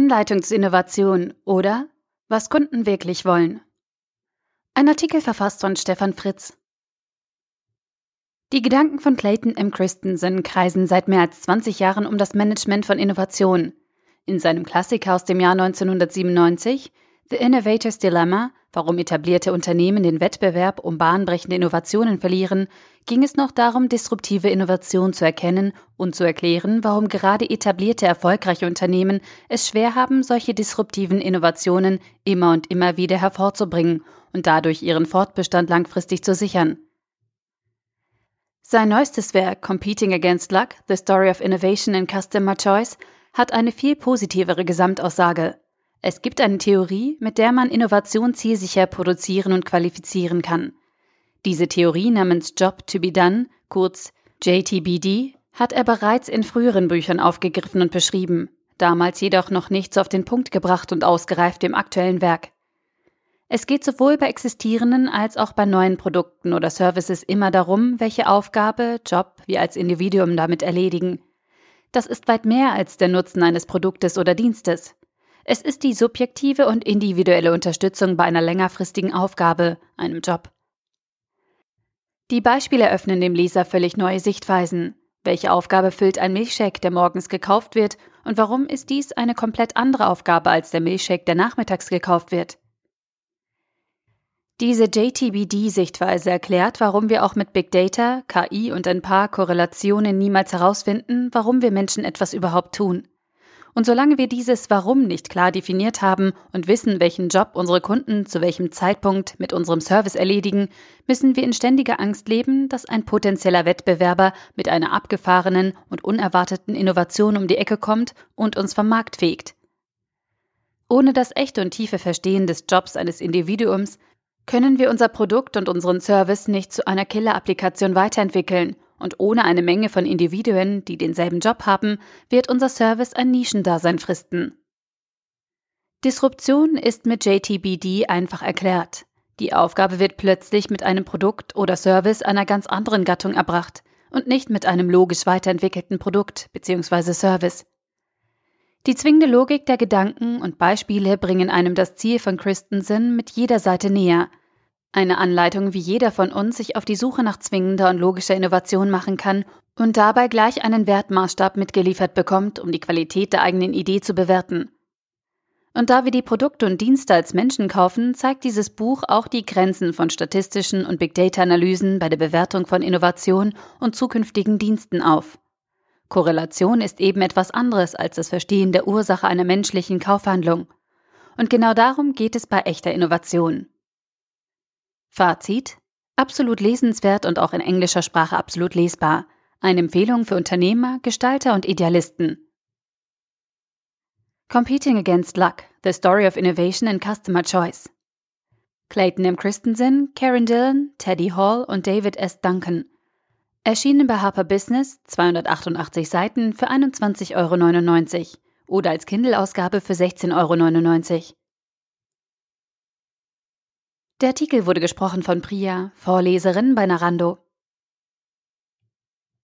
Anleitung zur Innovation oder was Kunden wirklich wollen. Ein Artikel verfasst von Stefan Fritz. Die Gedanken von Clayton M. Christensen kreisen seit mehr als 20 Jahren um das Management von Innovation. In seinem Klassiker aus dem Jahr 1997, The Innovator's Dilemma, warum etablierte Unternehmen den Wettbewerb um bahnbrechende Innovationen verlieren, ging es noch darum, disruptive Innovation zu erkennen und zu erklären, warum gerade etablierte, erfolgreiche Unternehmen es schwer haben, solche disruptiven Innovationen immer und immer wieder hervorzubringen und dadurch ihren Fortbestand langfristig zu sichern. Sein neuestes Werk Competing Against Luck, The Story of Innovation in Customer Choice, hat eine viel positivere Gesamtaussage. Es gibt eine Theorie, mit der man Innovation zielsicher produzieren und qualifizieren kann. Diese Theorie namens Job to be Done, kurz JTBD, hat er bereits in früheren Büchern aufgegriffen und beschrieben, damals jedoch noch nicht so auf den Punkt gebracht und ausgereift im aktuellen Werk. Es geht sowohl bei existierenden als auch bei neuen Produkten oder Services immer darum, welche Aufgabe, Job wir als Individuum damit erledigen. Das ist weit mehr als der Nutzen eines Produktes oder Dienstes. Es ist die subjektive und individuelle Unterstützung bei einer längerfristigen Aufgabe, einem Job. Die Beispiele eröffnen dem Leser völlig neue Sichtweisen. Welche Aufgabe füllt ein Milchshake, der morgens gekauft wird, und warum ist dies eine komplett andere Aufgabe als der Milchshake, der nachmittags gekauft wird? Diese JTBD-Sichtweise erklärt, warum wir auch mit Big Data, KI und ein paar Korrelationen niemals herausfinden, warum wir Menschen etwas überhaupt tun. Und solange wir dieses Warum nicht klar definiert haben und wissen, welchen Job unsere Kunden zu welchem Zeitpunkt mit unserem Service erledigen, müssen wir in ständiger Angst leben, dass ein potenzieller Wettbewerber mit einer abgefahrenen und unerwarteten Innovation um die Ecke kommt und uns vom Markt fegt. Ohne das echte und tiefe Verstehen des Jobs eines Individuums können wir unser Produkt und unseren Service nicht zu einer Killer-Applikation weiterentwickeln. Und ohne eine Menge von Individuen, die denselben Job haben, wird unser Service ein Nischendasein fristen. Disruption ist mit JTBD einfach erklärt. Die Aufgabe wird plötzlich mit einem Produkt oder Service einer ganz anderen Gattung erbracht und nicht mit einem logisch weiterentwickelten Produkt bzw. Service. Die zwingende Logik der Gedanken und Beispiele bringen einem das Ziel von Christensen mit jeder Seite näher. Eine Anleitung, wie jeder von uns sich auf die Suche nach zwingender und logischer Innovation machen kann und dabei gleich einen Wertmaßstab mitgeliefert bekommt, um die Qualität der eigenen Idee zu bewerten. Und da wir die Produkte und Dienste als Menschen kaufen, zeigt dieses Buch auch die Grenzen von statistischen und Big-Data-Analysen bei der Bewertung von Innovation und zukünftigen Diensten auf. Korrelation ist eben etwas anderes als das Verstehen der Ursache einer menschlichen Kaufhandlung. Und genau darum geht es bei echter Innovation. Fazit: absolut lesenswert und auch in englischer Sprache absolut lesbar. Eine Empfehlung für Unternehmer, Gestalter und Idealisten. Competing Against Luck, The Story of Innovation in Customer Choice. Clayton M. Christensen, Karen Dillon, Teddy Hall und David S. Duncan. Erschienen bei Harper Business, 288 Seiten für 21,99 € oder als Kindle-Ausgabe für 16,99 €. Der Artikel wurde gesprochen von Priya, Vorleserin bei Narando.